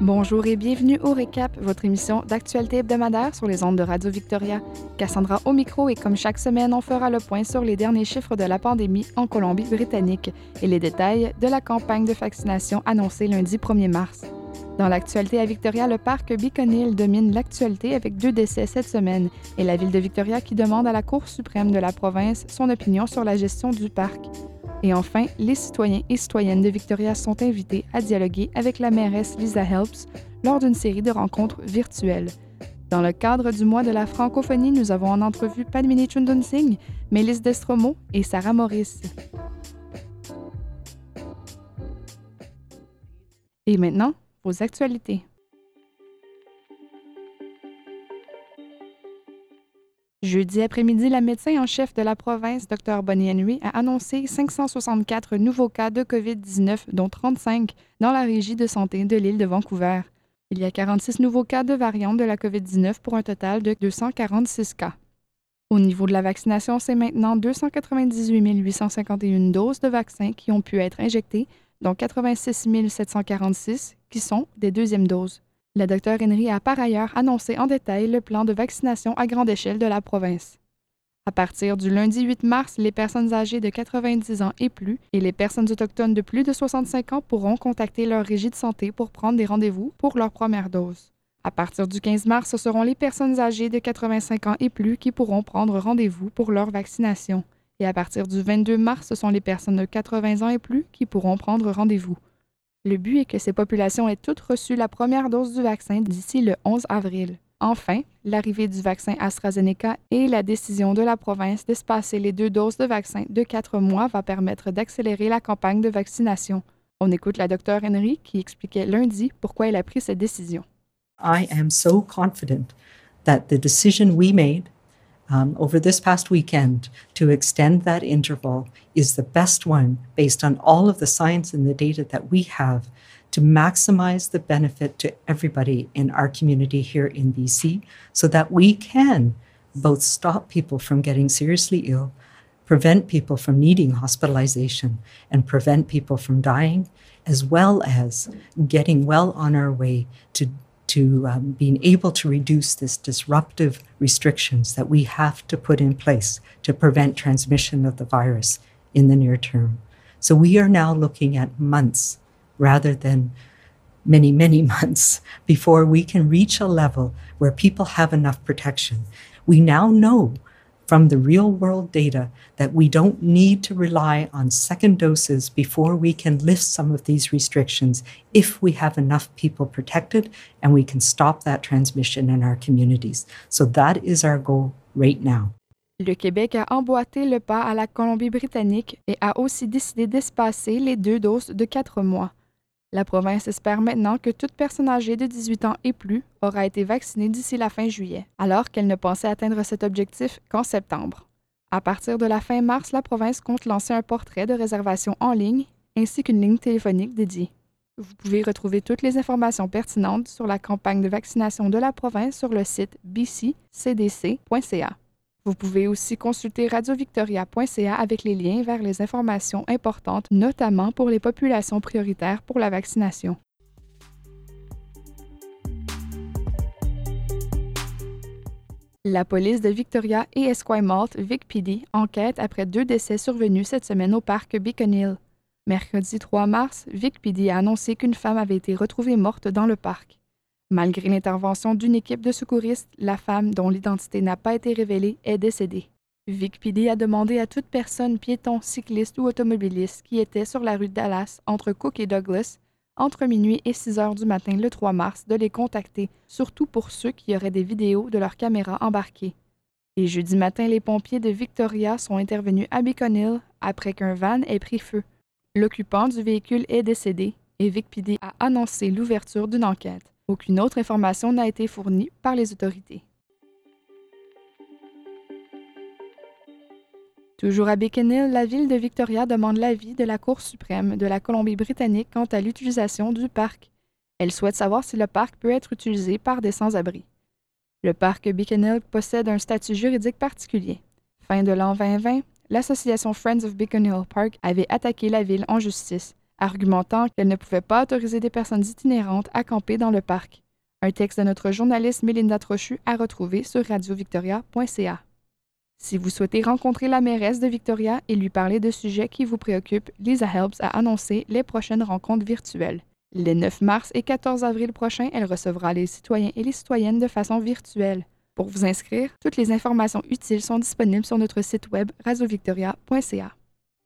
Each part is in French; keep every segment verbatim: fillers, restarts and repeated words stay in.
Bonjour et bienvenue au Récap, votre émission d'actualité hebdomadaire sur les ondes de Radio-Victoria. Cassandra au micro et comme chaque semaine, on fera le point sur les derniers chiffres de la pandémie en Colombie-Britannique et les détails de la campagne de vaccination annoncée lundi premier mars. Dans l'actualité à Victoria, le parc Beacon Hill domine l'actualité avec deux décès cette semaine et la ville de Victoria qui demande à la Cour suprême de la province son opinion sur la gestion du parc. Et enfin, les citoyens et citoyennes de Victoria sont invités à dialoguer avec la mairesse Lisa Helps lors d'une série de rencontres virtuelles. Dans le cadre du mois de la francophonie, nous avons en entrevue Padmini Chundunsing, Mélisse Destromeaux et Sarah Maurice. Et maintenant, vos actualités. Jeudi après-midi, la médecin en chef de la province, Dr Bonnie Henry, a annoncé cinq cent soixante-quatre nouveaux cas de covid dix-neuf, dont trente-cinq dans la régie de santé de l'île de Vancouver. Il y a quarante-six nouveaux cas de variante de la covid dix-neuf pour un total de deux cent quarante-six cas. Au niveau de la vaccination, c'est maintenant deux cent quatre-vingt-dix-huit mille huit cent cinquante et un doses de vaccins qui ont pu être injectées, dont quatre-vingt-six mille sept cent quarante-six qui sont des deuxièmes doses. La Dr Henry a par ailleurs annoncé en détail le plan de vaccination à grande échelle de la province. À partir du lundi huit mars, les personnes âgées de quatre-vingt-dix ans et plus et les personnes autochtones de plus de soixante-cinq ans pourront contacter leur régie de santé pour prendre des rendez-vous pour leur première dose. À partir du quinze mars, ce seront les personnes âgées de quatre-vingt-cinq ans et plus qui pourront prendre rendez-vous pour leur vaccination. Et à partir du vingt-deux mars, ce sont les personnes de quatre-vingts ans et plus qui pourront prendre rendez-vous. Le but est que ces populations aient toutes reçu la première dose du vaccin d'ici le onze avril. Enfin, l'arrivée du vaccin AstraZeneca et la décision de la province d'espacer les deux doses de vaccin de quatre mois va permettre d'accélérer la campagne de vaccination. On écoute la Dr Henry qui expliquait lundi pourquoi elle a pris cette décision. I am so confident that the decision we made Um, over this past weekend to extend that interval is the best one based on all of the science and the data that we have to maximize the benefit to everybody in our community here in B C so that we can both stop people from getting seriously ill, prevent people from needing hospitalization, and prevent people from dying, as well as getting well on our way to to um, being able to reduce this disruptive restrictions that we have to put in place to prevent transmission of the virus in the near term. So we are now looking at months rather than many, many months before we can reach a level where people have enough protection. We now know from the real-world data that we don't need to rely on second doses before we can lift some of these restrictions if we have enough people protected and we can stop that transmission in our communities. So that is our goal right now. Le Québec a emboîté le pas à la Colombie-Britannique et a aussi décidé d'espacer les deux doses de quatre mois. La province espère maintenant que toute personne âgée de dix-huit ans et plus aura été vaccinée d'ici la fin juillet, alors qu'elle ne pensait atteindre cet objectif qu'en septembre. À partir de la fin mars, la province compte lancer un portrait de réservation en ligne ainsi qu'une ligne téléphonique dédiée. Vous pouvez retrouver toutes les informations pertinentes sur la campagne de vaccination de la province sur le site b c c d c point c a. Vous pouvez aussi consulter radio victoria point c a avec les liens vers les informations importantes, notamment pour les populations prioritaires pour la vaccination. La police de Victoria et Esquimalt, Vic P D, enquête après deux décès survenus cette semaine au parc Beacon Hill. Mercredi trois mars, Vic P D a annoncé qu'une femme avait été retrouvée morte dans le parc. Malgré l'intervention d'une équipe de secouristes, la femme, dont l'identité n'a pas été révélée, est décédée. Vic P D a demandé à toute personne, piéton, cycliste ou automobiliste qui était sur la rue de Dallas, entre Cook et Douglas, entre minuit et six heures du matin le trois mars, de les contacter, surtout pour ceux qui auraient des vidéos de leurs caméras embarquées. Et jeudi matin, les pompiers de Victoria sont intervenus à Beacon Hill après qu'un van ait pris feu. L'occupant du véhicule est décédé et Vic P D a annoncé l'ouverture d'une enquête. Aucune autre information n'a été fournie par les autorités. Toujours à Beacon Hill, la ville de Victoria demande l'avis de la Cour suprême de la Colombie-Britannique quant à l'utilisation du parc. Elle souhaite savoir si le parc peut être utilisé par des sans-abri. Le parc Beacon Hill possède un statut juridique particulier. Fin de l'an vingt vingt, l'association Friends of Beacon Hill Park avait attaqué la ville en justice argumentant qu'elle ne pouvait pas autoriser des personnes itinérantes à camper dans le parc. Un texte de notre journaliste Mélinda Trochu à retrouver sur radio victoria point c a. Si vous souhaitez rencontrer la mairesse de Victoria et lui parler de sujets qui vous préoccupent, Lisa Helps a annoncé les prochaines rencontres virtuelles. Les neuf mars et quatorze avril prochains, elle recevra les citoyens et les citoyennes de façon virtuelle. Pour vous inscrire, toutes les informations utiles sont disponibles sur notre site web radio victoria point c a.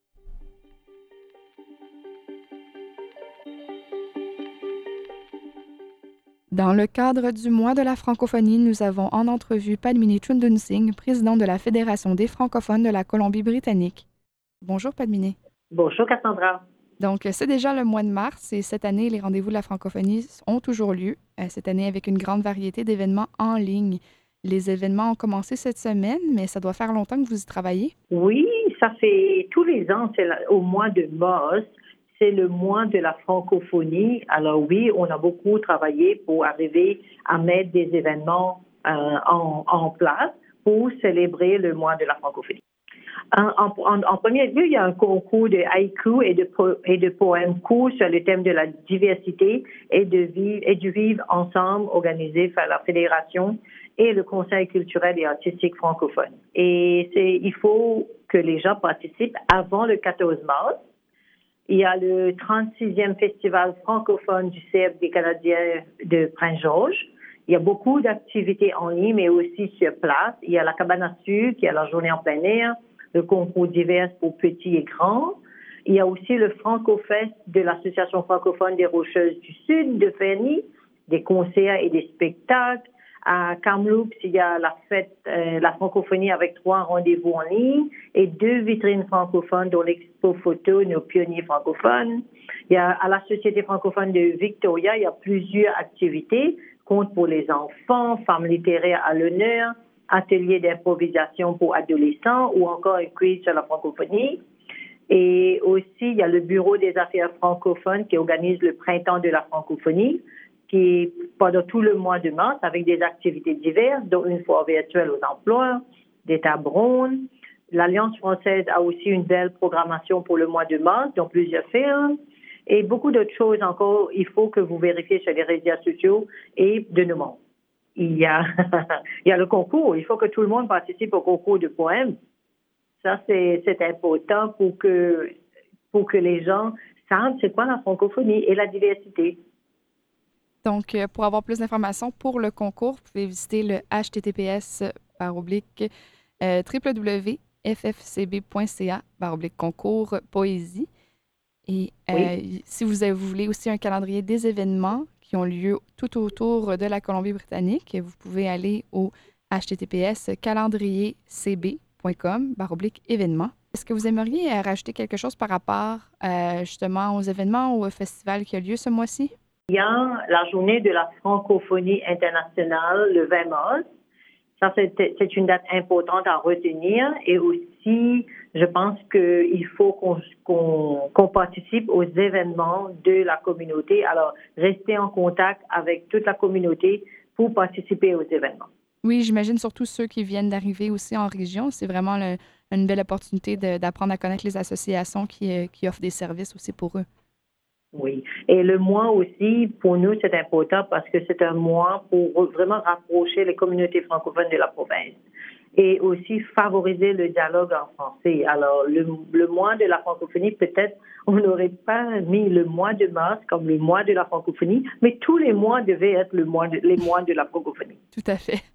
Dans le cadre du mois de la francophonie, nous avons en entrevue Padmini Chundunsing, présidente de la Fédération des francophones de la Colombie-Britannique. Bonjour Padmini. Bonjour Cassandra. Donc, c'est déjà le mois de mars et cette année, les rendez-vous de la francophonie ont toujours lieu, euh, cette année avec une grande variété d'événements en ligne. Les événements ont commencé cette semaine, mais ça doit faire longtemps que vous y travaillez. Oui, ça fait tous les ans, c'est au mois de mars. C'est le mois de la francophonie. Alors oui, on a beaucoup travaillé pour arriver à mettre des événements euh, en, en place pour célébrer le mois de la francophonie. En, en, en premier lieu, il y a un concours de haïku et de, po, et de poèmes courts sur le thème de la diversité et, de vivre, et du vivre ensemble organisé par la Fédération et le Conseil culturel et artistique francophone. Et c'est, il faut que les gens participent avant le quatorze mars. Il y a le trente-sixième Festival francophone du C F D canadien de Prince-Georges. Il y a beaucoup d'activités en ligne, mais aussi sur place. Il y a la cabane à sucre, il y a la journée en plein air, le concours divers pour petits et grands. Il y a aussi le Francofest de l'Association francophone des Rocheuses du Sud de Fernie, des concerts et des spectacles. À Kamloops, il y a la fête, euh, la francophonie avec trois rendez-vous en ligne et deux vitrines francophones dont l'expo photo Nos pionniers francophones. Il y a à la Société francophone de Victoria, il y a plusieurs activités, contes pour les enfants, femmes littéraires à l'honneur, ateliers d'improvisation pour adolescents ou encore un quiz sur la francophonie. Et aussi, il y a le Bureau des affaires francophones qui organise le printemps de la francophonie, qui est pendant tout le mois de mars avec des activités diverses, dont une foire virtuelle aux emplois, des tables rondes. L'Alliance française a aussi une belle programmation pour le mois de mars, dont plusieurs films. Et beaucoup d'autres choses encore, il faut que vous vérifiez sur les réseaux sociaux et de nos membres. Il y a, il y a le concours. Il faut que tout le monde participe au concours de poèmes. Ça, c'est, c'est important pour que, pour que les gens savent c'est quoi la francophonie et la diversité. Donc, pour avoir plus d'informations pour le concours, vous pouvez visiter le h t t p s barre oblique w w w point f f c b point c a barre oblique concours poésie. Et euh, oui. Si vous, avez, vous voulez aussi un calendrier des événements qui ont lieu tout autour de la Colombie-Britannique, vous pouvez aller au h t t p s calendrier c b point com barre oblique événements. Est-ce que vous aimeriez rajouter quelque chose par rapport euh, justement aux événements ou au festival qui a lieu ce mois-ci? Il y a la journée de la francophonie internationale le vingt mars. Ça, c'est, c'est une date importante à retenir. Et aussi, je pense qu'il faut qu'on, qu'on, qu'on participe aux événements de la communauté. Alors, restez en contact avec toute la communauté pour participer aux événements. Oui, j'imagine surtout ceux qui viennent d'arriver aussi en région. C'est vraiment le, une belle opportunité de, d'apprendre à connaître les associations qui, qui offrent des services aussi pour eux. Oui. Et le mois aussi, pour nous, c'est important parce que c'est un mois pour vraiment rapprocher les communautés francophones de la province et aussi favoriser le dialogue en français. Alors, le, le mois de la francophonie, peut-être, on n'aurait pas mis le mois de mars comme le mois de la francophonie, mais tous les mois devaient être le mois de, les mois de la francophonie. Tout à fait.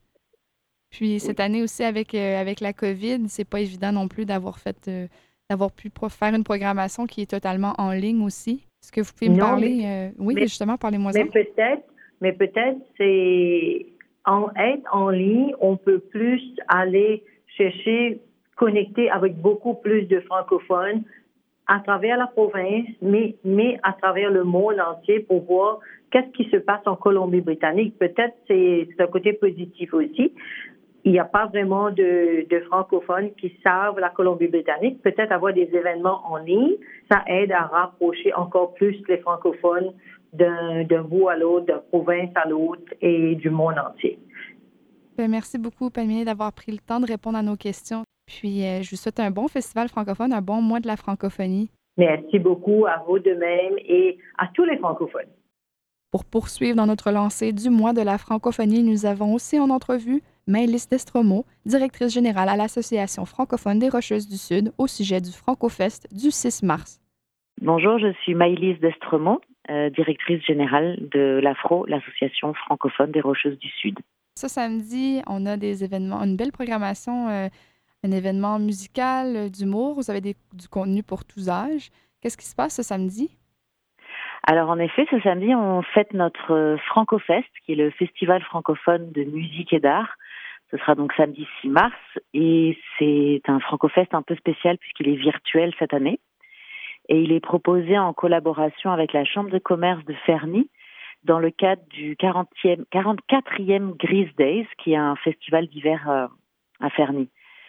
Puis, oui. Cette année aussi, avec, euh, avec la COVID, c'est pas évident non plus d'avoir fait, euh, d'avoir pu pro- faire une programmation qui est totalement en ligne aussi. Est-ce que vous pouvez me non, parler? Mais, euh, oui, mais, justement, parlez-moi mais ça. Peut-être, mais peut-être, c'est en être en ligne, on peut plus aller chercher, connecter avec beaucoup plus de francophones à travers la province, mais, mais à travers le monde entier pour voir qu'est-ce qui se passe en Colombie-Britannique. Peut-être c'est, c'est un côté positif aussi. Il n'y a pas vraiment de, de francophones qui savent la Colombie-Britannique. Peut-être avoir des événements en ligne, ça aide à rapprocher encore plus les francophones d'un, d'un bout à l'autre, d'une province à l'autre et du monde entier. Bien, merci beaucoup, Padmini, d'avoir pris le temps de répondre à nos questions. Puis, euh, je vous souhaite un bon festival francophone, un bon mois de la francophonie. Merci beaucoup à vous de même et à tous les francophones. Pour poursuivre dans notre lancée du mois de la francophonie, nous avons aussi en entrevue Maëlys Destromeaux, directrice générale à l'Association francophone des Rocheuses du Sud, au sujet du FrancoFest du six mars. Bonjour, je suis Maëlys Destromeaux, euh, directrice générale de l'AFRO, l'Association francophone des Rocheuses du Sud. Ce samedi, on a des événements, une belle programmation, euh, un événement musical, euh, d'humour. Vous avez des, du contenu pour tous âges. Qu'est-ce qui se passe ce samedi? Alors en effet, ce samedi, on fête notre FrancoFest, qui est le festival francophone de musique et d'art. Ce sera donc samedi six mars et c'est un FrancoFest un peu spécial puisqu'il est virtuel cette année. Et il est proposé en collaboration avec la Chambre de commerce de Ferny dans le cadre du quarantième, quarante-quatrième Grease Days, qui est un festival d'hiver euh, à Ferny.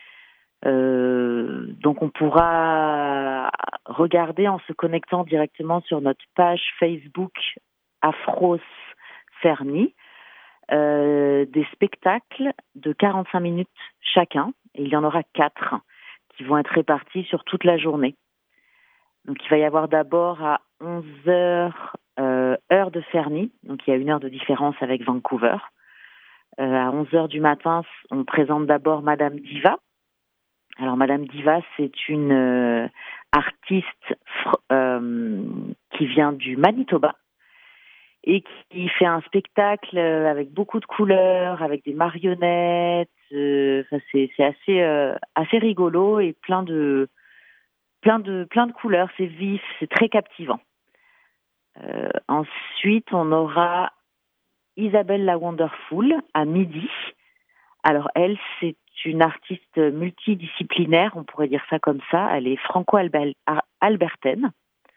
Euh, donc on pourra regarder en se connectant directement sur notre page Facebook Afros Ferny euh, des spectacles de quarante-cinq minutes chacun, et il y en aura quatre qui vont être répartis sur toute la journée. Donc il va y avoir d'abord à onze heures euh, heure de Ferny, donc il y a une heure de différence avec Vancouver. Euh, à onze heures du matin, on présente d'abord Madame Diva. Alors Madame Diva, c'est une euh, artiste fr- euh, qui vient du Manitoba et qui fait un spectacle avec beaucoup de couleurs, avec des marionnettes. Euh, enfin, c'est, c'est assez, euh, assez rigolo et plein de, plein de, plein de couleurs. C'est vif, c'est très captivant. Euh, ensuite, on aura Isabelle la Wonderful à midi. Alors elle, c'est une artiste multidisciplinaire, on pourrait dire ça comme ça. Elle est franco-albertaine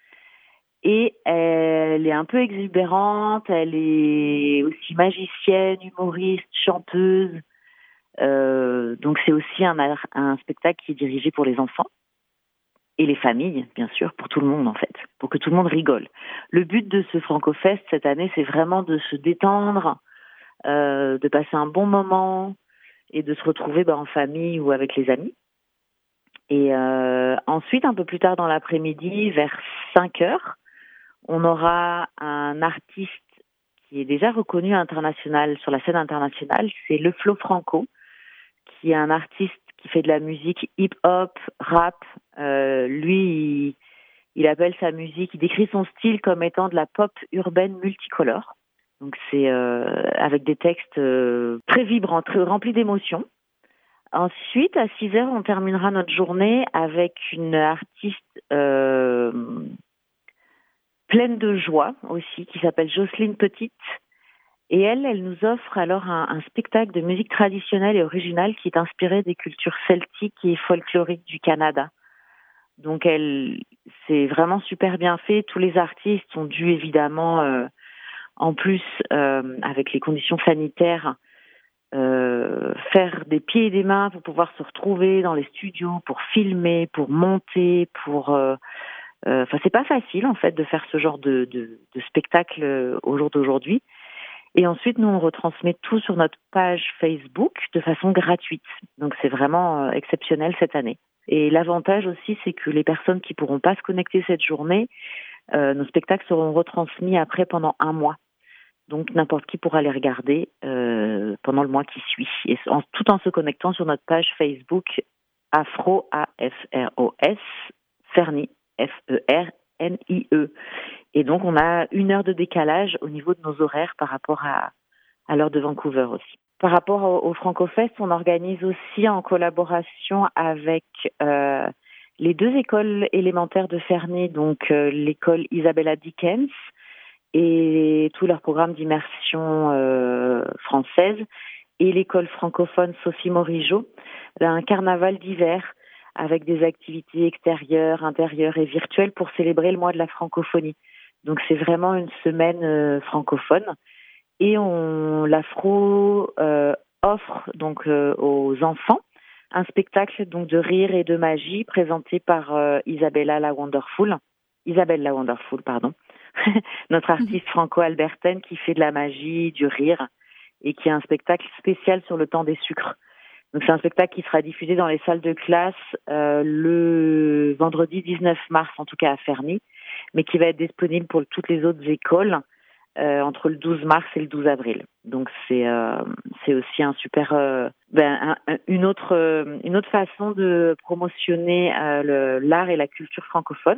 et elle est un peu exubérante. Elle est aussi magicienne, humoriste, chanteuse. Euh, donc c'est aussi un, un spectacle qui est dirigé pour les enfants et les familles, bien sûr, pour tout le monde en fait, pour que tout le monde rigole. Le but de ce FrancoFest cette année, c'est vraiment de se détendre, euh, de passer un bon moment et de se retrouver bah, en famille ou avec les amis. Et euh, ensuite, un peu plus tard dans l'après-midi, vers cinq heures, on aura un artiste qui est déjà reconnu international, sur la scène internationale, c'est Le Flo Franco, qui est un artiste qui fait de la musique hip-hop, rap. Euh, lui, il, il appelle sa musique, il décrit son style comme étant de la pop urbaine multicolore. Donc c'est euh, avec des textes euh, très vibrants, très remplis d'émotions. Ensuite, à six heures, on terminera notre journée avec une artiste euh, pleine de joie aussi, qui s'appelle Jocelyne Petite. Et elle, elle nous offre alors un, un spectacle de musique traditionnelle et originale qui est inspiré des cultures celtiques et folkloriques du Canada. Donc elle, c'est vraiment super bien fait. Tous les artistes ont dû évidemment, euh, en plus, euh, avec les conditions sanitaires, Euh, faire des pieds et des mains pour pouvoir se retrouver dans les studios, pour filmer, pour monter, pour... Enfin, euh, euh, c'est pas facile, en fait, de faire ce genre de, de, de spectacle euh, au jour d'aujourd'hui. Et ensuite, nous, on retransmet tout sur notre page Facebook de façon gratuite. Donc, c'est vraiment euh, exceptionnel cette année. Et l'avantage aussi, c'est que les personnes qui pourront pas se connecter cette journée, euh, nos spectacles seront retransmis après pendant un mois. Donc, n'importe qui pourra les regarder euh, pendant le mois qui suit, et en, tout en se connectant sur notre page Facebook Afro, A F R O S, Ferny, F E R N I E. Et donc, on a une heure de décalage au niveau de nos horaires par rapport à, à l'heure de Vancouver aussi. Par rapport au, au FrancoFest, on organise aussi en collaboration avec euh, les deux écoles élémentaires de Ferny, donc euh, l'école Isabella Dickens, et tout leur programme d'immersion euh, française, et l'école francophone Sophie Morigeau, un carnaval d'hiver avec des activités extérieures, intérieures et virtuelles pour célébrer le mois de la francophonie. Donc c'est vraiment une semaine euh, francophone, et on l'Afro euh, offre donc euh, aux enfants un spectacle donc de rire et de magie présenté par euh, Isabella la Wonderful, Isabelle la Wonderful, pardon. Notre artiste franco-albertaine qui fait de la magie, du rire, et qui a un spectacle spécial sur le temps des sucres. Donc c'est un spectacle qui sera diffusé dans les salles de classe euh, le vendredi dix-neuf mars, en tout cas à Ferny, mais qui va être disponible pour toutes les autres écoles euh, entre le douze mars et le douze avril. Donc c'est euh, c'est aussi un super euh, ben, un, une autre euh, une autre façon de promotionner euh, le, l'art et la culture francophone.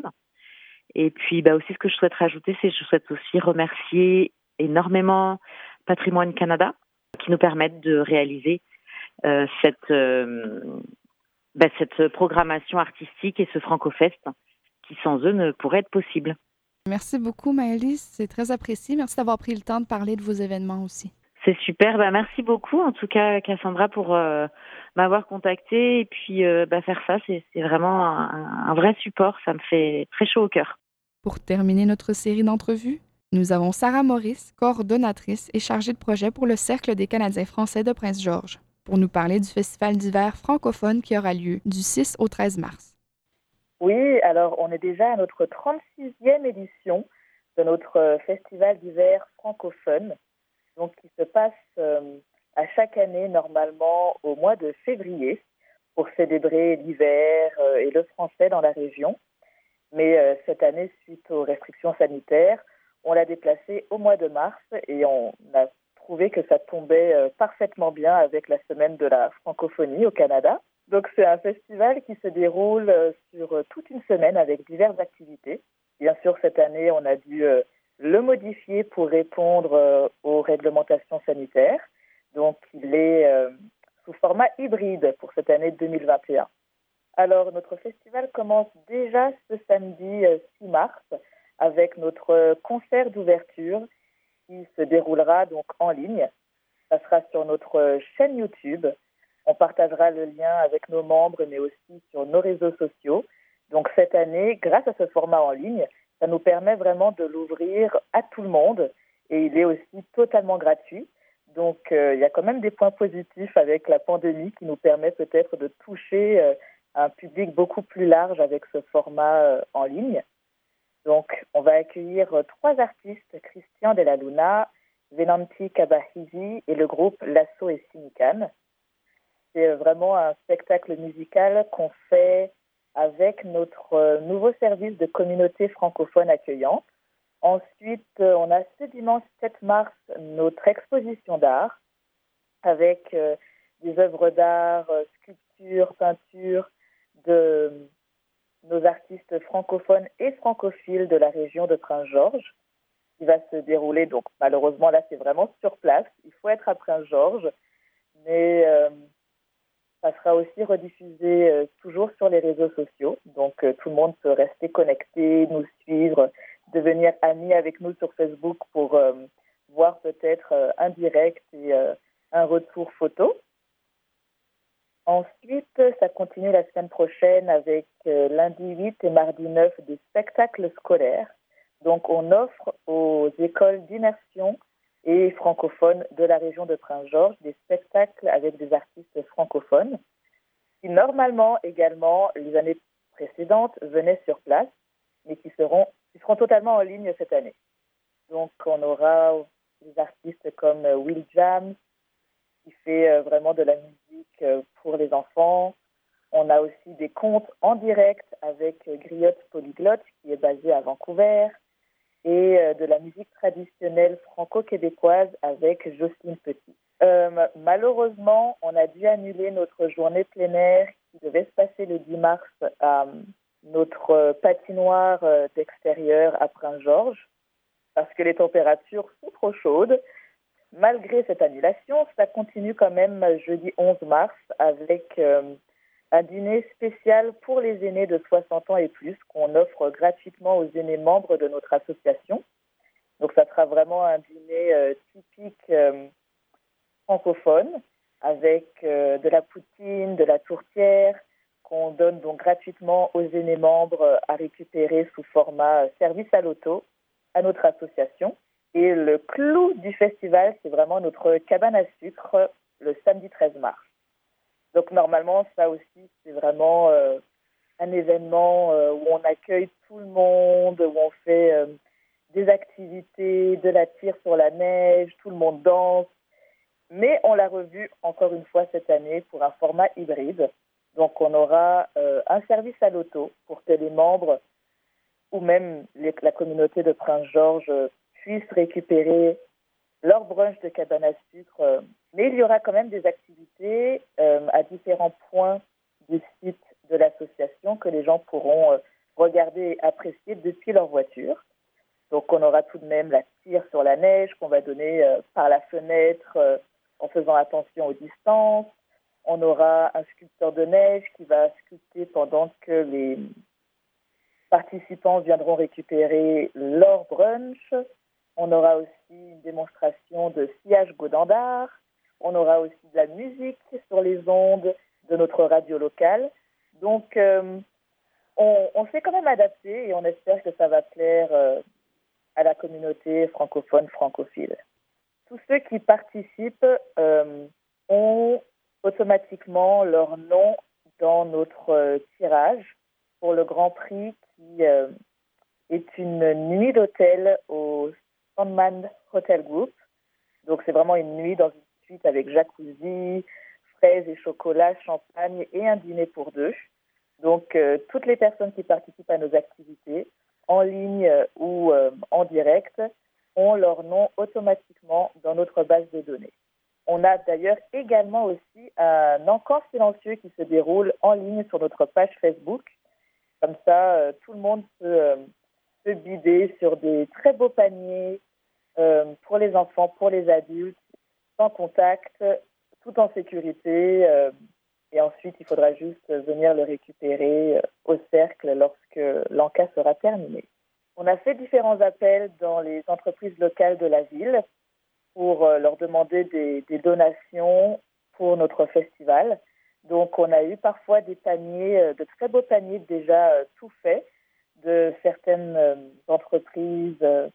Et puis bah aussi ce que je souhaite rajouter, c'est que je souhaite aussi remercier énormément Patrimoine Canada qui nous permettent de réaliser Euh, cette, euh, bah, cette programmation artistique et ce Francofest qui sans eux ne pourrait être possible. Merci beaucoup, Maëlys. C'est très apprécié. Merci d'avoir pris le temps de parler de vos événements aussi. C'est super. Bah, merci beaucoup, en tout cas, Cassandra, pour euh, m'avoir contactée. Et puis, euh, bah, faire ça, c'est, c'est vraiment un, un vrai support. Ça me fait très chaud au cœur. Pour terminer notre série d'entrevues, nous avons Sarah Maurice, coordonnatrice et chargée de projet pour le Cercle des Canadiens français de Prince-Georges, pour nous parler du festival d'hiver francophone qui aura lieu du six au treize mars. Oui, alors on est déjà à notre trente-sixième édition de notre festival d'hiver francophone, donc qui se passe euh, à chaque année normalement au mois de février pour célébrer l'hiver euh, et le français dans la région. Mais euh, cette année, suite aux restrictions sanitaires, on l'a déplacé au mois de mars et on a trouvé que ça tombait euh, parfaitement bien avec la semaine de la francophonie au Canada. Donc c'est un festival qui se déroule euh, sur euh, toute une semaine avec diverses activités. Bien sûr, cette année, on a dû euh, le modifier pour répondre euh, aux réglementations sanitaires. Donc il est euh, sous format hybride pour cette année deux mille vingt et un. Alors notre festival commence déjà ce samedi euh, six mars avec notre concert d'ouverture qui se déroulera donc en ligne. Ça sera sur notre chaîne YouTube. On partagera le lien avec nos membres, mais aussi sur nos réseaux sociaux. Donc cette année, grâce à ce format en ligne, ça nous permet vraiment de l'ouvrir à tout le monde et il est aussi totalement gratuit. Donc euh, il y a quand même des points positifs avec la pandémie qui nous permet peut-être de toucher euh, un public beaucoup plus large avec ce format euh, en ligne. Donc, on va accueillir trois artistes, Christian Della Luna, Venanti Kabahizi et le groupe Lasso et Sinican. C'est vraiment un spectacle musical qu'on fait avec notre nouveau service de communauté francophone accueillante. Ensuite, on a ce dimanche sept mars notre exposition d'art avec des œuvres d'art, sculptures, peintures de nos artistes francophones et francophiles de la région de Prince-Georges, qui va se dérouler, donc malheureusement là c'est vraiment sur place, il faut être à Prince-Georges, mais euh, ça sera aussi rediffusé euh, toujours sur les réseaux sociaux, donc euh, tout le monde peut rester connecté, nous suivre, devenir amis avec nous sur Facebook pour euh, voir peut-être euh, un direct et euh, un retour photo. Ensuite, ça continue la semaine prochaine avec euh, lundi huit et mardi neuf des spectacles scolaires. Donc, on offre aux écoles d'immersion et francophones de la région de Prince-Georges des spectacles avec des artistes francophones qui, normalement, également, les années précédentes, venaient sur place, mais qui seront, qui seront totalement en ligne cette année. Donc, on aura des artistes comme Will Jams, qui fait euh, vraiment de la musique euh, pour les enfants. On a aussi des contes en direct avec euh, Griotte Polyglotte, qui est basée à Vancouver, et euh, de la musique traditionnelle franco-québécoise avec Jocelyne Petit. Euh, malheureusement, on a dû annuler notre journée plein air qui devait se passer le dix mars à notre patinoire euh, d'extérieur à Prince-Georges, parce que les températures sont trop chaudes. Malgré cette annulation, ça continue quand même jeudi onze mars avec euh, un dîner spécial pour les aînés de soixante ans et plus qu'on offre gratuitement aux aînés membres de notre association. Donc ça sera vraiment un dîner euh, typique euh, francophone avec euh, de la poutine, de la tourtière qu'on donne donc gratuitement aux aînés membres à récupérer sous format service à l'auto à notre association. Et le clou du festival, c'est vraiment notre cabane à sucre le samedi treize mars. Donc normalement, ça aussi, c'est vraiment euh, un événement euh, où on accueille tout le monde, où on fait euh, des activités, de la tire sur la neige, tout le monde danse. mais on l'a revu encore une fois cette année pour un format hybride. Donc, on aura euh, un service à l'auto pour que les membres ou même les, la communauté de Prince-Georges euh, puissent récupérer leur brunch de cabane à sucre. Euh, mais il y aura quand même des activités euh, à différents points du site de l'association que les gens pourront euh, regarder et apprécier depuis leur voiture. Donc, on aura tout de même la tire sur la neige qu'on va donner euh, par la fenêtre euh, en faisant attention aux distances. On aura un sculpteur de neige qui va sculpter pendant que les participants viendront récupérer leur brunch. On aura aussi une démonstration de sciage godendard. On aura aussi de la musique sur les ondes de notre radio locale. Donc, euh, on, on s'est quand même adapté et on espère que ça va plaire euh, à la communauté francophone, francophile. Tous ceux qui participent euh, ont automatiquement leur nom dans notre euh, tirage pour le Grand Prix qui euh, est une nuit d'hôtel au Sandman Hotel Group. Donc, c'est vraiment une nuit dans une suite avec jacuzzi, fraises et chocolat, champagne et un dîner pour deux. Donc, euh, toutes les personnes qui participent à nos activités, en ligne euh, ou euh, en direct, ont leur nom automatiquement dans notre base de données. On a d'ailleurs également aussi un encamp silencieux qui se déroule en ligne sur notre page Facebook. Comme ça, euh, tout le monde peut euh, se bider sur des très beaux paniers euh, pour les enfants, pour les adultes, sans contact, tout en sécurité. Euh, et ensuite, il faudra juste venir le récupérer euh, au cercle lorsque l'encas sera terminé. On a fait différents appels dans les entreprises locales de la ville pour euh, leur demander des, des donations pour notre festival. Donc, on a eu parfois des paniers, euh, de très beaux paniers déjà euh, tout faits de certaines euh, entreprises euh,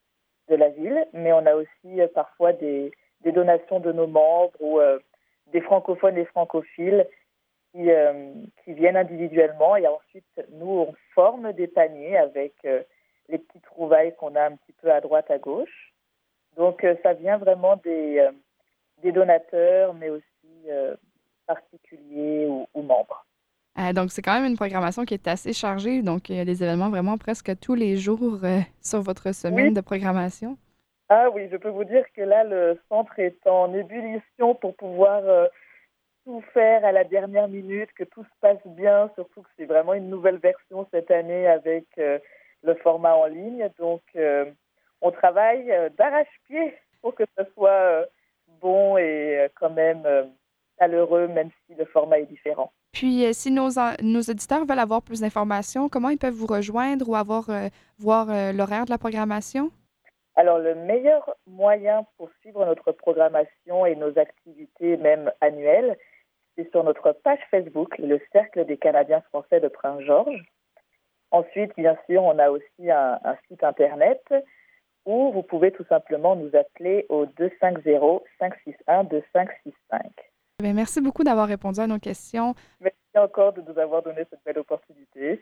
de la ville, mais on a aussi euh, parfois des, des donations de nos membres ou euh, des francophones et francophiles qui, euh, qui viennent individuellement et ensuite, nous, on forme des paniers avec euh, les petites trouvailles qu'on a un petit peu à droite, à gauche. Donc, euh, ça vient vraiment des, euh, des donateurs, mais aussi euh, particuliers ou, ou membres. Euh, donc, c'est quand même une programmation qui est assez chargée. Donc, il y a des événements vraiment presque tous les jours euh, sur votre semaine oui. de programmation. Ah oui, je peux vous dire que là, le centre est en ébullition pour pouvoir euh, tout faire à la dernière minute, que tout se passe bien, surtout que c'est vraiment une nouvelle version cette année avec euh, le format en ligne. Donc, euh, on travaille euh, d'arrache-pied pour que ce soit euh, bon et euh, quand même euh, chaleureux, même si le format est différent. Puis, euh, si nos, nos auditeurs veulent avoir plus d'informations, comment ils peuvent vous rejoindre ou avoir euh, voir euh, l'horaire de la programmation? Alors, le meilleur moyen pour suivre notre programmation et nos activités, même annuelles, c'est sur notre page Facebook, le Cercle des Canadiens français de Prince-Georges. Ensuite, bien sûr, on a aussi un, un site Internet où vous pouvez tout simplement nous appeler au deux cinq zéro, cinq six un, deux cinq six cinq. Bien, merci beaucoup d'avoir répondu à nos questions. Merci encore de nous avoir donné cette belle opportunité.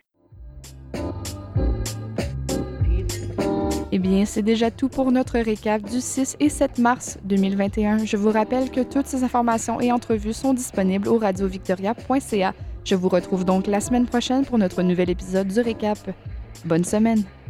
Eh bien, c'est déjà tout pour notre récap du six et sept mars deux mille vingt et un. Je vous rappelle que toutes ces informations et entrevues sont disponibles au radio victoria point c a. Je vous retrouve donc la semaine prochaine pour notre nouvel épisode du récap. Bonne semaine!